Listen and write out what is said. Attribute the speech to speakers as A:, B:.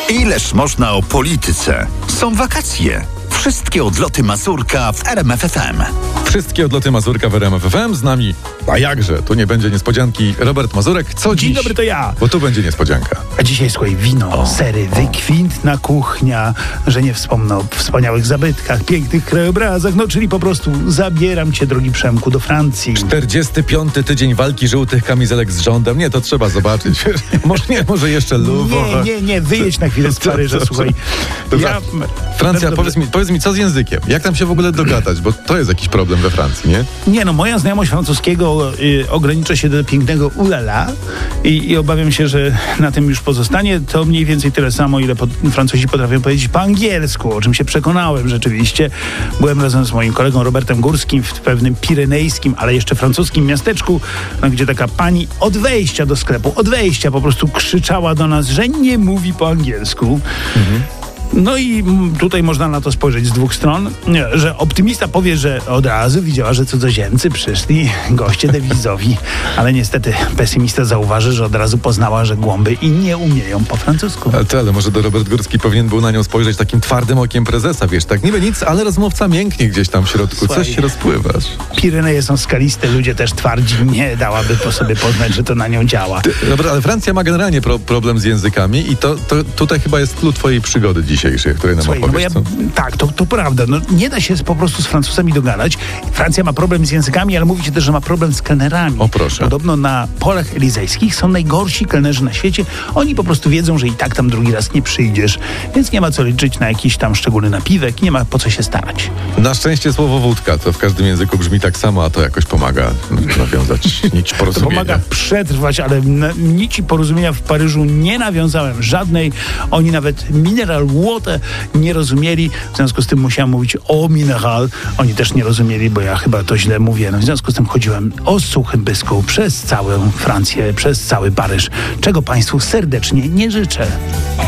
A: Ileż można o polityce? Są wakacje. Wszystkie odloty Mazurka w RMF FM.
B: Wszystkie odloty Mazurka w RMF FM. Z nami, a jakże, tu nie będzie niespodzianki, Robert Mazurek. Co dziś?
C: Dzień dobry, to ja.
B: Bo tu będzie niespodzianka.
C: A dzisiaj, słuchaj, wino, sery, wykwintna kuchnia, że nie wspomnę o wspaniałych zabytkach, pięknych krajobrazach, no czyli po prostu zabieram cię, drogi Przemku, do Francji.
B: 45. tydzień walki żółtych kamizelek z rządem. Nie, to trzeba zobaczyć. Może jeszcze Louvre.
C: Nie, wyjedź na chwilę z Paryża, słuchaj.
B: Francja, powiedz mi, co z językiem? Jak tam się w ogóle dogadać? Bo to jest jakiś problem we Francji, nie?
C: Nie, no moja znajomość francuskiego ogranicza się do pięknego ulala i obawiam się, że na tym już pozostanie. To mniej więcej tyle samo, ile Francuzi potrafią powiedzieć po angielsku, o czym się przekonałem rzeczywiście. Byłem razem z moim kolegą Robertem Górskim w pewnym pirenejskim, ale jeszcze francuskim miasteczku, no, gdzie taka pani od wejścia do sklepu, po prostu krzyczała do nas, że nie mówi po angielsku. No i tutaj można na to spojrzeć z dwóch stron, że optymista powie, że od razu widziała, że cudzoziemcy przyszli, goście dewizowi, ale niestety pesymista zauważy, że od razu poznała, że głąby i nie umieją po francusku.
B: Ale może do Robert Górski powinien był na nią spojrzeć takim twardym okiem prezesa, wiesz, tak niby nic, ale rozmówca mięknie gdzieś tam w środku.
C: Słuchaj,
B: coś się rozpływasz.
C: Pireneje są skaliste, ludzie też twardzi, nie dałaby po sobie poznać, że to na nią działa.
B: Dobra, ale Francja ma generalnie problem z językami i to tutaj chyba jest klucz twojej przygody dzisiejszej, której nam opowiesz.
C: Tak, to prawda. No, nie da się po prostu z Francuzami dogadać. Francja ma problem z językami, ale mówicie też, że ma problem z kelnerami.
B: O proszę.
C: Podobno na polach elizejskich są najgorsi kelnerzy na świecie. Oni po prostu wiedzą, że i tak tam drugi raz nie przyjdziesz, więc nie ma co liczyć na jakiś tam szczególny napiwek, nie ma po co się starać.
B: Na szczęście słowo wódka to w każdym języku brzmi tak samo, a to jakoś pomaga nawiązać nić porozumienia.
C: To pomaga przetrwać, ale nici porozumienia w Paryżu nie nawiązałem żadnej. Oni nawet mineral water nie rozumieli, w związku z tym musiałem mówić o mineral. Oni też nie rozumieli, bo ja chyba to źle mówię. No, w związku z tym chodziłem o suchym pysku przez całą Francję, przez cały Paryż, czego Państwu serdecznie nie życzę.